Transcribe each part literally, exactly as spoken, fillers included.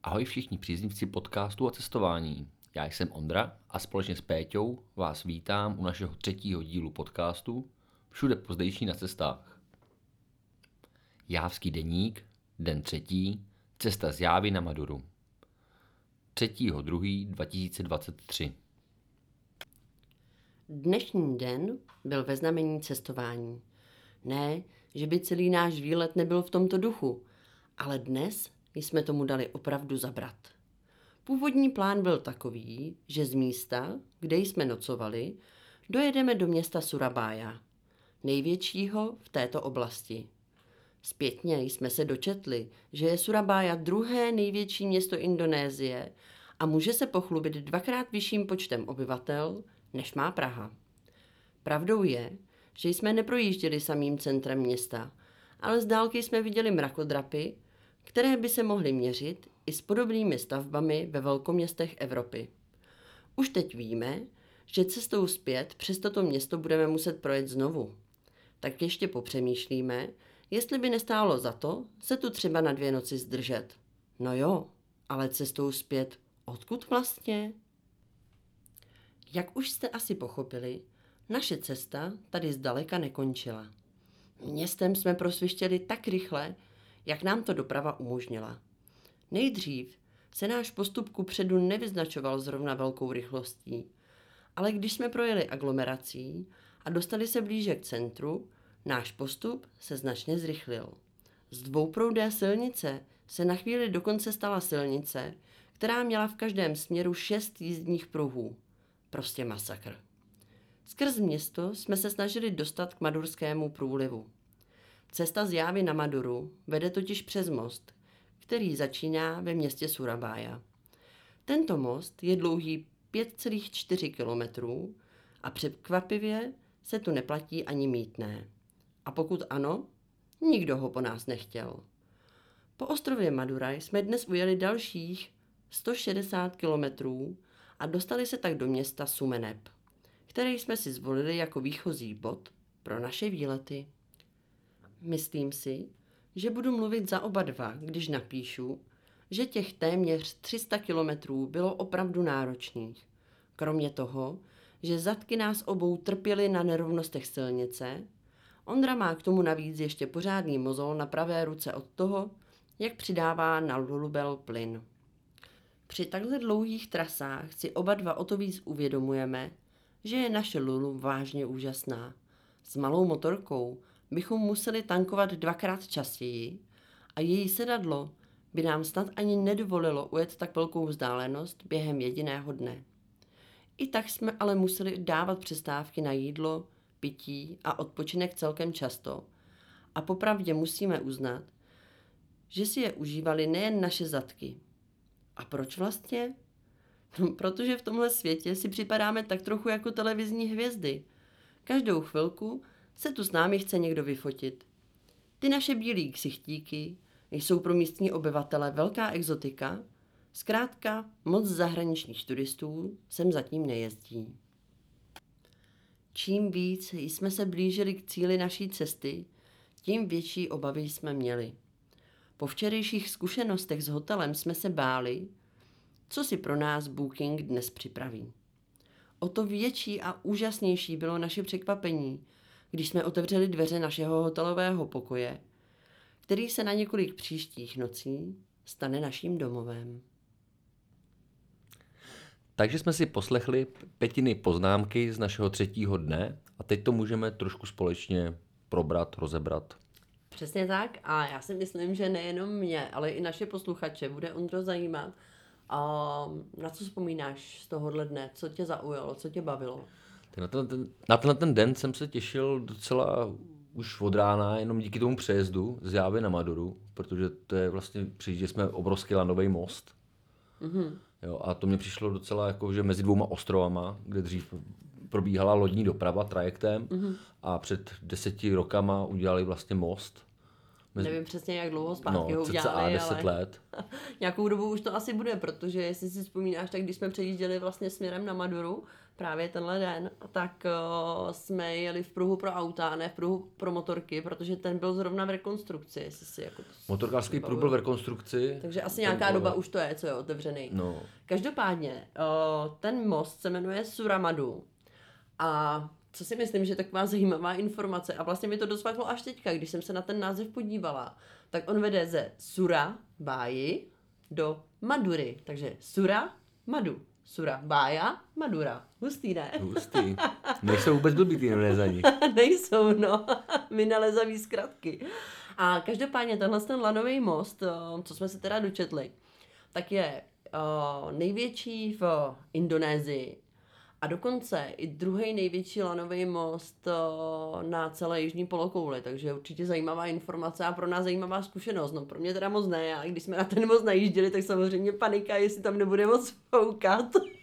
Ahoj všichni příznivci podcastu a cestování. Já jsem Ondra a společně s Péťou vás vítám u našeho třetího dílu podcastu Všude pozdejší na cestách. Jávský deník, den třetí, cesta z Jávy na Maduru. třetího druhého dva tisíce dvacet tři. Dnešní den byl ve znamení cestování. Ne, že by celý náš výlet nebyl v tomto duchu, ale dnes jsme tomu dali opravdu zabrat. Původní plán byl takový, že z místa, kde jsme nocovali, dojedeme do města Surabaya, největšího v této oblasti. Zpětně jsme se dočetli, že je Surabaya druhé největší město Indonésie a může se pochlubit dvakrát vyšším počtem obyvatel, než má Praha. Pravdou je, že jsme neprojížděli samým centrem města, ale z dálky jsme viděli mrakodrapy, které by se mohly měřit i s podobnými stavbami ve velkoměstech Evropy. Už teď víme, že cestou zpět přes toto město budeme muset projet znovu. Tak ještě popřemýšlíme, jestli by nestálo za to se tu třeba na dvě noci zdržet. No jo, ale cestou zpět odkud vlastně? Jak už jste asi pochopili, naše cesta tady zdaleka nekončila. Městem jsme prosvištěli tak rychle, jak nám to doprava umožnila. Nejdřív se náš postup kupředu nevyznačoval zrovna velkou rychlostí, ale když jsme projeli aglomerací a dostali se blíže k centru, náš postup se značně zrychlil. Z dvouproudé silnice se na chvíli dokonce stala silnice, která měla v každém směru šest jízdních pruhů. Prostě masakr. Skrz město jsme se snažili dostat k Madurskému průlivu. Cesta z Jávy na Maduru vede totiž přes most, který začíná ve městě Surabaya. Tento most je dlouhý pět celá čtyři kilometrů a překvapivě se tu neplatí ani mýtné. A pokud ano, nikdo ho po nás nechtěl. Po ostrově Madura jsme dnes ujeli dalších sto šedesát kilometrů a dostali se tak do města Sumeneb, který jsme si zvolili jako výchozí bod pro naše výlety. Myslím si, že budu mluvit za oba dva, když napíšu, že těch téměř tři sta kilometrů bylo opravdu náročných. Kromě toho, že zadky nás obou trpěly na nerovnostech silnice, Ondra má k tomu navíc ještě pořádný mozol na pravé ruce od toho, jak přidává na lulubel plyn. Při takhle dlouhých trasách si oba dva o to víc uvědomujeme, že je naše Lulu vážně úžasná. S malou motorkou bychom museli tankovat dvakrát častěji a její sedadlo by nám snad ani nedovolilo ujet tak velkou vzdálenost během jediného dne. I tak jsme ale museli dávat přestávky na jídlo, pití a odpočinek celkem často. A popravdě musíme uznat, že si je užívali nejen naše zadky. A proč vlastně? No, protože v tomhle světě si připadáme tak trochu jako televizní hvězdy. Každou chvilku se tu s námi chce někdo vyfotit. Ty naše bílý ksichtíky jsou pro místní obyvatele velká exotika, zkrátka moc zahraničních turistů sem zatím nejezdí. Čím víc jsme se blížili k cíli naší cesty, tím větší obavy jsme měli. Po včerejších zkušenostech s hotelem jsme se báli, co si pro nás Booking dnes připraví. O to větší a úžasnější bylo naše překvapení, když jsme otevřeli dveře našeho hotelového pokoje, který se na několik příštích nocí stane naším domovem. Takže jsme si poslechli Petiny poznámky z našeho třetího dne a teď to můžeme trošku společně probrat, rozebrat. Přesně tak a já si myslím, že nejenom mě, ale i naše posluchače bude, Ondro, zajímat. A na co vzpomínáš z tohohle dne? Co tě zaujalo? Co tě bavilo? Na ten, ten, na tenhle ten den jsem se těšil docela už od rána, jenom díky tomu přejezdu z Jávy na Maduru, protože to je vlastně, přijíždě jsme obrovský landový most. Mm-hmm. Jo, a to mě přišlo docela jako, že mezi dvouma ostrovama, kde dřív probíhala lodní doprava trajektem mm-hmm. a před deseti rokama udělali vlastně most. Mezi... Nevím přesně, jak dlouho zpátky no, ho udělali, deset ale let. nějakou dobu už to asi bude, protože jestli si vzpomínáš, tak když jsme přejížděli vlastně směrem na Maduru, právě tenhle den, tak uh, jsme jeli v pruhu pro auta, ne v pruhu pro motorky, protože ten byl zrovna v rekonstrukci. Jestli si jako Motorkářský pruh byl v rekonstrukci. Takže asi nějaká doba už to je, co je otevřený. No. Každopádně, uh, ten most se jmenuje Suramadu a co si myslím, že je taková zajímavá informace a vlastně mi to dosvaklo až teďka, když jsem se na ten název podívala, tak on vede ze Surabáji do Madury, takže Sura, Madu. Surabája, Madura. Hustý, ne? Hustý. Nejsou vůbec blbý ty nezaní. Nejsou, no. My nalezaví zkratky. A každopádně tenhle ten lanový most, co jsme se teda dočetli, tak je uh, největší v Indonésii a dokonce i druhý největší lanový most uh, na celé jižní polokouli, takže určitě zajímavá informace a pro nás zajímavá zkušenost. No pro mě teda moc ne, a když jsme na ten most najížděli, tak samozřejmě panika, jestli tam nebude moc foukat.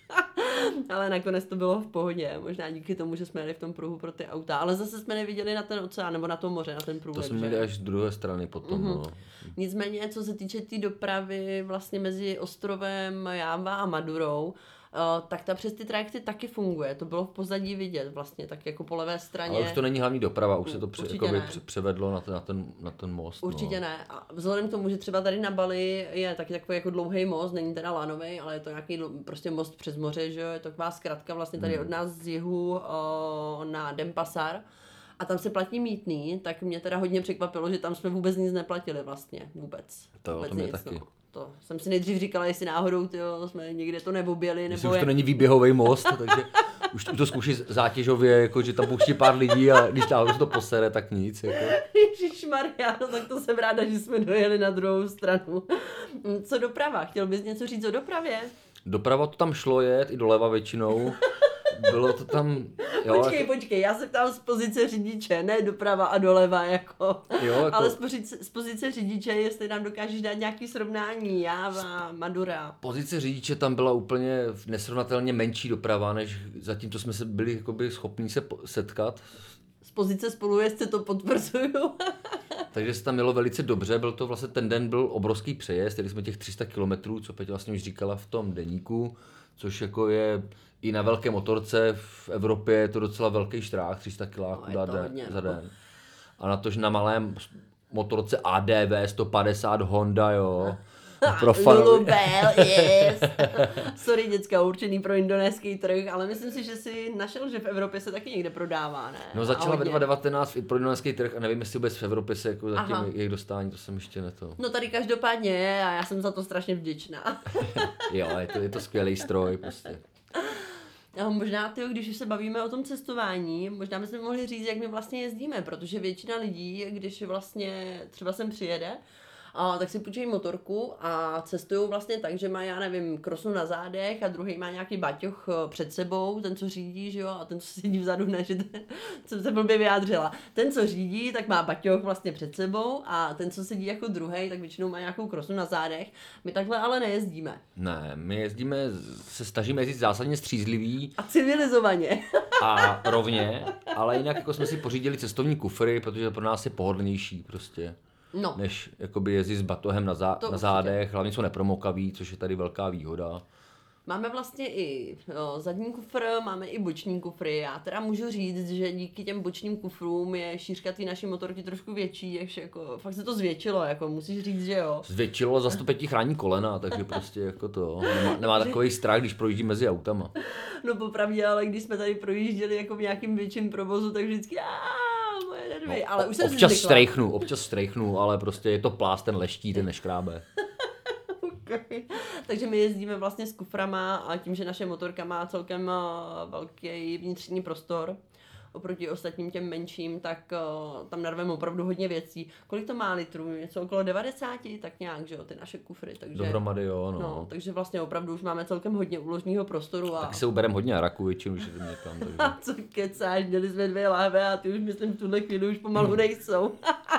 Ale nakonec to bylo v pohodě, možná díky tomu, že jsme jeli v tom pruhu pro ty auta, ale zase jsme neviděli na ten oceán nebo na to moře, na ten průhled. To jsme měli až z druhé strany potom. Mm-hmm. No. Nicméně, co se týče té tý dopravy vlastně mezi ostrovem Jáva a Madurou, Uh, tak ta přes ty trajekty taky funguje. To bylo v pozadí vidět vlastně, tak jako po levé straně. Ale už to není hlavní doprava, už se to pře- jakoby převedlo na ten, na, ten, na ten most. Určitě no. ne. A vzhledem k tomu, že třeba tady na Bali je taky takový jako dlouhý most, není teda lanový, ale je to nějaký prostě most přes moře, že jo, je to taková zkratka vlastně tady hmm. od nás z jihu uh, na Denpasar. A tam se platí mýtný, tak mě teda hodně překvapilo, že tam jsme vůbec nic neplatili vlastně, vůbec. To, vůbec to mě nic, taky. No. To jsem si nejdřív říkala, jestli náhodou tyjo, jsme někde to neobjeli, nebo Myslím, jak... už to není výběhový most, takže už to zkouší zátěžově, jako, že tam pouští pár lidí a když náhodou to posere, tak nic. Jako. Ježišmarja, no tak to jsem ráda, že jsme dojeli na druhou stranu. Co doprava? Chtěl bys něco říct o dopravě? Doprava to tam šlo jet, i doleva většinou. Bylo to tam... Jo, počkej, jako... počkej, já se ptám z pozice řidiče, ne doprava a doleva, jako. Jo, jako... Ale z pozice, z pozice řidiče, jestli nám dokážeš dát nějaký srovnání, Jáva, Madura. Pozice řidiče tam byla úplně nesrovnatelně menší doprava, než zatím, co jsme se byli jakoby, schopní se setkat. Z pozice spolujezdce to potvrzuju. Takže se tam jelo velice dobře, byl to vlastně ten den byl obrovský přejezd, jeli jsme těch tři sta kilometrů, co Peťa vlastně už říkala v tom deníku, což jako je i na velké motorce v Evropě je to docela velký štrák, tři sta kiláků no, za den. A na to, že na malém motorce A D V sto padesát Honda, jo. Pro Lulubel, yes. Sorry, děcka, určený pro indonéský trh, ale myslím si, že si našel, že v Evropě se taky někde prodává, ne? No začala ve dva tisíce devatenáct pro indonéský trh a nevím, jestli vůbec v Evropě se jako zatím jejich dostání, to jsem ještě neto. No tady každopádně je a já jsem za to strašně vděčná. Jo, je to, je to skvělý stroj prostě. No, možná, tyjo, když už se bavíme o tom cestování, možná bychom mohli říct, jak my vlastně jezdíme, protože většina lidí, když vlastně třeba sem přijede, a tak si půjčují motorku a cestují vlastně tak, že má, já nevím, krosnu na zádech a druhý má nějaký baťoch před sebou, ten, co řídí, že jo, a ten, co sedí vzadu, ne, že ten, jsem se blbě vyjádřila. Ten, co řídí, tak má baťoch vlastně před sebou a ten, co sedí jako druhý, tak většinou má nějakou krosnu na zádech. My takhle ale nejezdíme. Ne, my jezdíme, se snažíme jezdit zásadně střízlivý. A civilizovaně. A rovně, ale jinak jako jsme si pořídili cestovní kufry, protože pro nás je pohodlnější prostě. No. Než jakoby jezdit s batohem na, zá, na zádech, hlavně jsou nepromokaví, což je tady velká výhoda. Máme vlastně i no, zadní kufr, máme i boční kufry. Já teda můžu říct, že díky těm bočním kufrům je šířka té naší motorky trošku větší, takže jako, fakt se to zvětšilo, jako musíš říct, že jo. Zvětšilo, za stopětí chrání kolena, takže prostě jako to, nemá, nemá takový strach, když projíždí mezi autama. No popravdě, ale když jsme tady projížděli jako v nějakým větším provozu, tak vždycky aaa, moje nervy, no, ale už jsem si občas strejchnu, občas strejchnu, ale prostě je to plás, ten leští, ten neškrábe. Okay. Takže my jezdíme vlastně s kuframa a tím, že naše motorka má celkem velký vnitřní prostor oproti ostatním těm menším, tak uh, tam narveme opravdu hodně věcí. Kolik to má litrů? Něco okolo devadesát, tak nějak, že jo, ty naše kufry. Takže, dohromady jo, no. no. Takže vlastně opravdu už máme celkem hodně úložního prostoru. A... Tak se ubereme hodně araku většinou, že jdeme někam. Takže... Co kecáš, měli jsme dvě láhve a ty už myslím v tuhle chvíli už pomalu nejsou.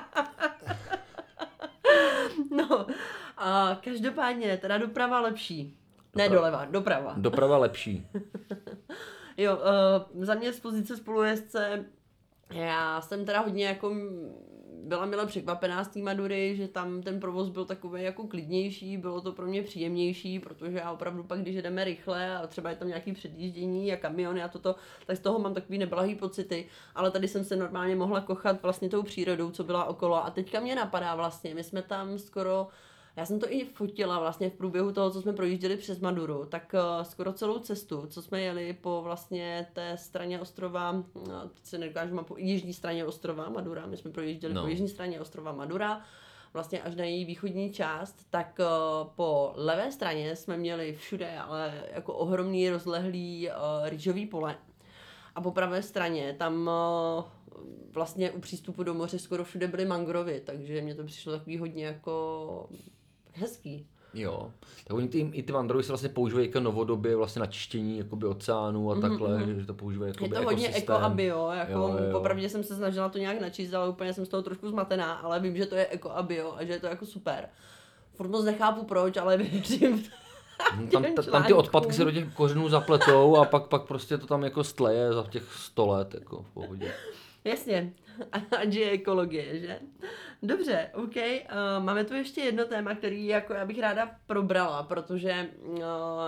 No, a každopádně, teda doprava lepší. Doprava. Ne doleva, doprava. Doprava lepší. Jo, uh, za mě z pozice spolujezdce, já jsem teda hodně jako byla mile překvapená z té Madury, že tam ten provoz byl takový jako klidnější, bylo to pro mě příjemnější, protože já opravdu pak, když jdeme rychle a třeba je tam nějaký předjíždění a kamiony a toto, tak z toho mám takový neblahý pocity, ale tady jsem se normálně mohla kochat vlastně tou přírodou, co byla okolo a teďka mě napadá vlastně, my jsme tam skoro já jsem to i fotila vlastně v průběhu toho, co jsme projížděli přes Maduru, tak uh, skoro celou cestu, co jsme jeli po vlastně té straně ostrova, uh, teď se nedokážu, mám po jižní straně ostrova Madura, my jsme projížděli no. po jižní straně ostrova Madura, vlastně až na její východní část, tak uh, po levé straně jsme měli všude, ale jako ohromný rozlehlý uh, rýžový pole. A po pravé straně tam uh, vlastně u přístupu do moře skoro všude byly mangrovy, takže mě to přišlo takový hodně jako hezký. Jo, tak oni ty, i ty mangrovy se vlastně používají jako novodobě vlastně na čištění jakoby oceánů a mm-hmm. takhle, že to používají jako je to hodně eko a bio, jako jo, jo. Popravdě jsem se snažila to nějak načíst, ale úplně jsem z toho trošku zmatená, ale vím, že to je eko a bio a že je to jako super. Furt moc nechápu proč, ale věřím tam, tam ty odpadky se do těch kořenů zapletou a pak, pak prostě to tam jako stleje za těch sto let, jako v pohodě. Jasně, ať je ekologie, že? Dobře, OK. Uh, máme tu ještě jedno téma, který jako já bych ráda probrala, protože uh,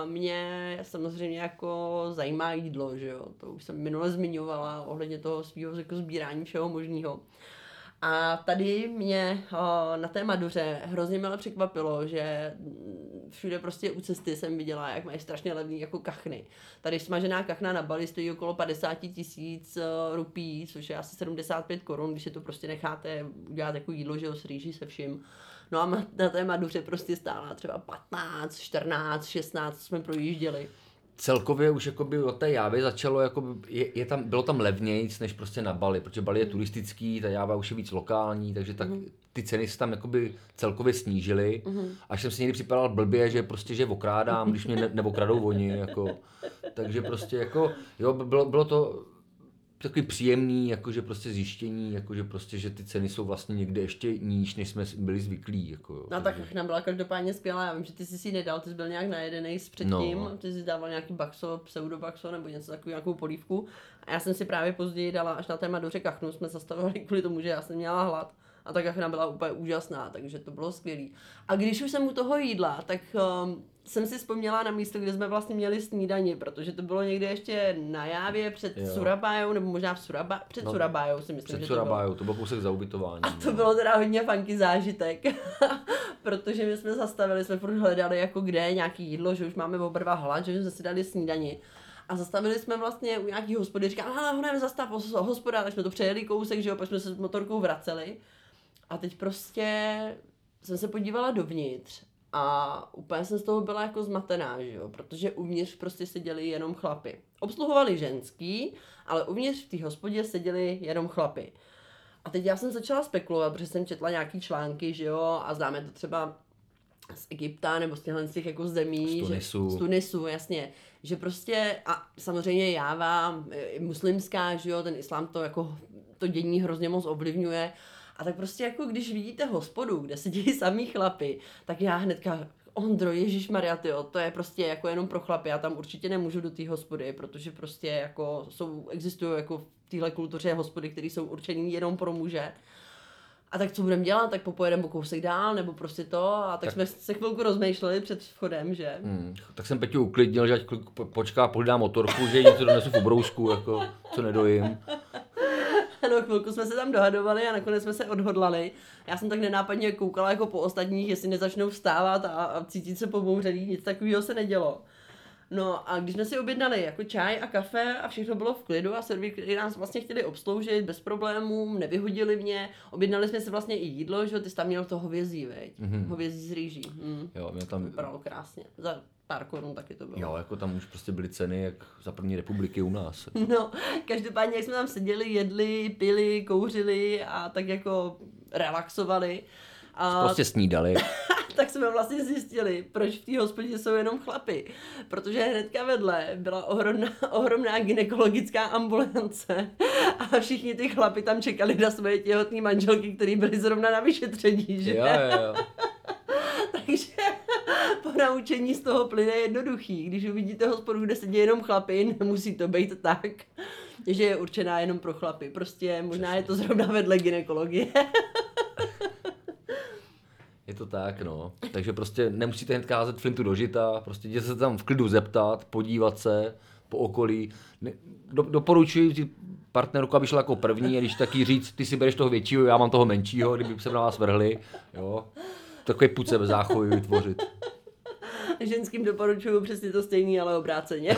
mě samozřejmě jako zajímá jídlo, že jo? To už jsem minule zmiňovala ohledně toho svého jako sbírání všeho možného. A tady mě uh, na té Maduře hrozně mile překvapilo, že všude prostě u cesty jsem viděla, jak mají strašně levný jako kachny. Tady smažená kachna na Bali stojí okolo padesát tisíc uh, rupí, což je asi sedmdesát pět korun, když si to prostě necháte udělat jako jídlo, že jo, s rýží se vším. No a na té Maduře prostě stála třeba patnáct, čtrnáct, šestnáct, jsme projížděli. Celkově už jakoby od té Jávy začalo, jakoby, je, je tam, bylo tam levnějc než prostě na Bali, protože Bali je turistický, ta Jáva už je víc lokální, takže tak mm. ty ceny se tam jakoby celkově snížily, mm. až jsem si někdy připadal blbě, že prostě, že okrádám, když mě ne, nebo kradou oni, jako, takže prostě jako, jo, bylo, bylo to takový příjemný, jakože prostě zjištění, jakože prostě, že ty ceny jsou vlastně někde ještě níž, než jsme byli zvyklí. Jako, jo. No tak kachna byla každopádně skvělá, já vím, že ty jsi si nedal, ty jsi byl nějak najedenej s předtím, no. Ty jsi dával nějaký bakso, pseudobaxo nebo něco takový, nějakou polívku a já jsem si právě později dala až na té Maduře kachnu, jsme zastavovali kvůli tomu, že já jsem měla hlad. A ta kachna byla úplně úžasná, takže to bylo skvělý. A když už jsem u toho jídla, tak um, jsem si vzpomněla na místo, kde jsme vlastně měli snídani, protože to bylo někde ještě na Jávě před jo. Surabajou, nebo možná v Suraba, před no, Surabajou si myslím, před že Surabajou, to bylo. to bylo kousek za ubytování. A to no. bylo teda hodně funky zážitek, protože my jsme zastavili, jsme furt hledali jako kde nějaký jídlo, že už máme oba hlad, že jsme si dali snídani. A zastavili jsme vlastně u nějaký hospody, říkám, hele, honem zastav hospoda, tak jsme to přejeli kousek, že jo, pak jsme se s motorkou vraceli. A teď prostě jsem se podívala dovnitř a úplně jsem z toho byla jako zmatená, že jo, protože uvnitř prostě seděli jenom chlapy. Obsluhovali ženský, ale uvnitř v té hospodě seděli jenom chlapy. A teď já jsem začala spekulovat, protože jsem četla nějaký články, že jo, a známe to třeba z Egypta nebo z těchhle z těch jako zemí. Z Tunisu. Že, z Tunisu, jasně. Že prostě, a samozřejmě Jáva, muslimská, že jo, ten islám to jako, to dění hrozně moc ovlivňuje. A tak prostě jako když vidíte hospodu, kde se dějí samý chlapy, tak já hnedka, Ondro, ježišmarja, tyjo, to je prostě jako jenom pro chlapy, já tam určitě nemůžu do té hospody, protože prostě jako jsou, existují jako v téhle kultuře hospody, které jsou určený jenom pro muže. A tak co budeme dělat, tak popojedeme kousek dál, nebo prostě to, a tak, tak jsme se chvilku rozmýšleli před vchodem, že? Hmm, tak jsem Peťu uklidnil, že ať počká, pohlídá motorku, že jí něco donesu v obrousku, jako, co nedojím. Ano, chvilku jsme se tam dohadovali a nakonec jsme se odhodlali. Já jsem tak nenápadně koukala jako po ostatních, jestli nezačnou vstávat a, a cítit se pobouřený, nic takového se nedělo. No a když jsme si objednali jako čaj a kafe a všechno bylo v klidu a servíři nás vlastně chtěli obsloužit bez problémů, nevyhodili mě, objednali jsme si vlastně i jídlo, že ty jsi tam měl to hovězí, veď? Mm-hmm. Hovězí z rýží. Hm. Jo, mě tam... Vypadalo krásně. Za pár korun taky to bylo. Jo, jako tam už prostě byly ceny jak za první republiky u nás. No, každopádně jak jsme tam seděli, jedli, pili, kouřili a tak jako relaxovali. A... Prostě snídali. Tak jsme vlastně zjistili, proč v té hospodě jsou jenom chlapy. Protože hnedka vedle byla ohromná, ohromná gynekologická ambulance a všichni ty chlapy tam čekali na svoje těhotné manželky, které byly zrovna na vyšetření, že? Jo, jo, jo. Takže po naučení z toho plyne jednoduchý. Když uvidíte hospodu, kde sedí jenom chlapy, nemusí to být tak, že je určená jenom pro chlapy. Prostě možná Přesně. Je to zrovna vedle gynekologie. to tak, no. Takže prostě nemusíte hned házet flintu do žita, prostě jděte se tam v klidu zeptat, podívat se po okolí. Ne, do, doporučuji ti partnerku, aby šla jako první, a když taky říct, ty si bereš toho většího, já mám toho menšího, kdyby se na vás vrhli, jo. Takový puce bez záchovy vytvořit. Ženským doporučuju přesně to stejný, ale obráceně.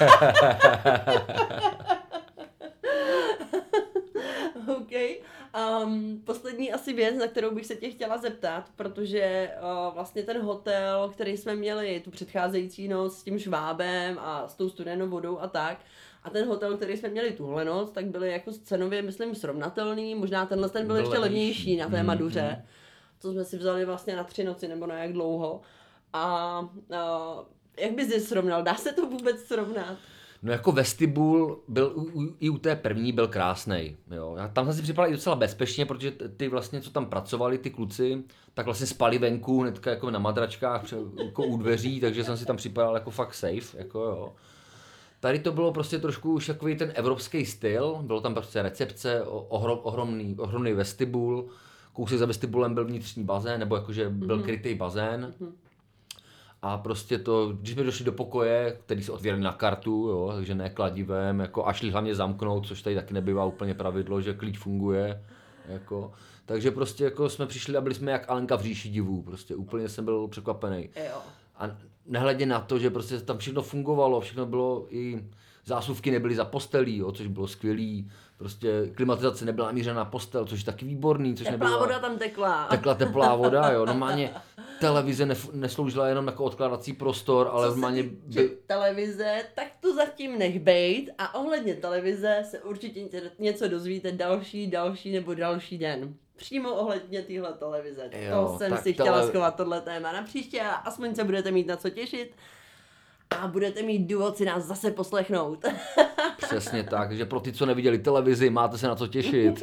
OK. Um, poslední asi věc, na kterou bych se tě chtěla zeptat, protože uh, vlastně ten hotel, který jsme měli tu předcházející noc s tím švábem a s tou studenou vodou a tak, a ten hotel, který jsme měli tuhle noc, tak byly jako cenově, myslím, srovnatelný, možná tenhle ten byl, byl ještě levnější na té Maduře, mm, mm. co jsme si vzali vlastně na tři noci nebo na jak dlouho. A uh, jak bys je srovnal? Dá se to vůbec srovnat? No jako vestibul byl u, u, i u té první byl krásnej, jo. Já tam jsem si připadal i docela bezpečně, protože ty vlastně, co tam pracovali, ty kluci, tak vlastně spali venku, hnedka jako na madračkách, jako u dveří, takže jsem si tam připadal jako fakt safe, jako jo. Tady to bylo prostě trošku už takový ten evropský styl, bylo tam prostě recepce, ohrom, ohromný, ohromný vestibul, kousek za vestibulem byl vnitřní bazén, nebo jakože byl mm-hmm. krytý bazén. Mm-hmm. A prostě to, když jsme došli do pokoje, který se otvírali na kartu, jo, takže ne kladivem, jako a šli hlavně zamknout, což tady taky nebývá úplně pravidlo, že klíč funguje, jako. Takže prostě jako jsme přišli a byli jsme jak Alenka v říši divů, prostě úplně jsem byl překvapený. Jo. A nehledě na to, že prostě tam všechno fungovalo, všechno bylo, i zásuvky nebyly za postelí, jo, což bylo skvělý. Prostě klimatizace nebyla namířená na postel, což je taky výborný, což teplá nebyla... voda tam tekla. Tekla teplá voda, jo, normálně televize nef- nesloužila jenom jako odkládací prostor, ale normálně... By... televize, tak to zatím nech bejt a ohledně televize se určitě něco dozvíte další, další nebo další den. Přímo ohledně téhle televize. Jo, to jsem si chtěla tele... schovat tohle téma na příště a aspoň se budete mít na co těšit. A budete mít důvod si nás zase poslechnout. Přesně tak, že pro ty, co neviděli televizi, máte se na co těšit.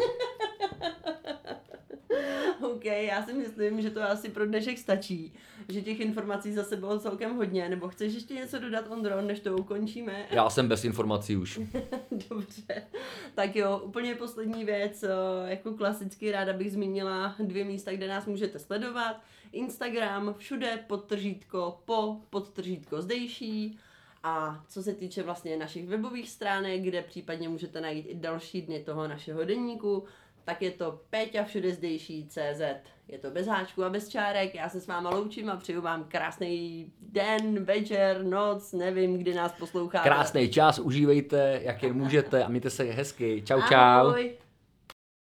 OK, já si myslím, že to asi pro dnešek stačí. Že těch informací zase bylo celkem hodně. Nebo chceš ještě něco dodat, Ondro, než to ukončíme? Já jsem bez informací už. Dobře. Tak jo, úplně poslední věc. Jako klasicky ráda bych zmínila dvě místa, kde nás můžete sledovat. Instagram, všude podtržítko po, podtržítko zdejší. A co se týče vlastně našich webových stránek, kde případně můžete najít i další dny toho našeho deníku, tak je to Péťa všude zdejší tečka cé zet. Je to bez háčku a bez čárek, já se s váma loučím a přeju vám krásný den, večer, noc, nevím, kdy nás posloucháte. Krásný čas, užívejte, jak jen můžete a mějte se hezky. Čau, čau. Ahoj.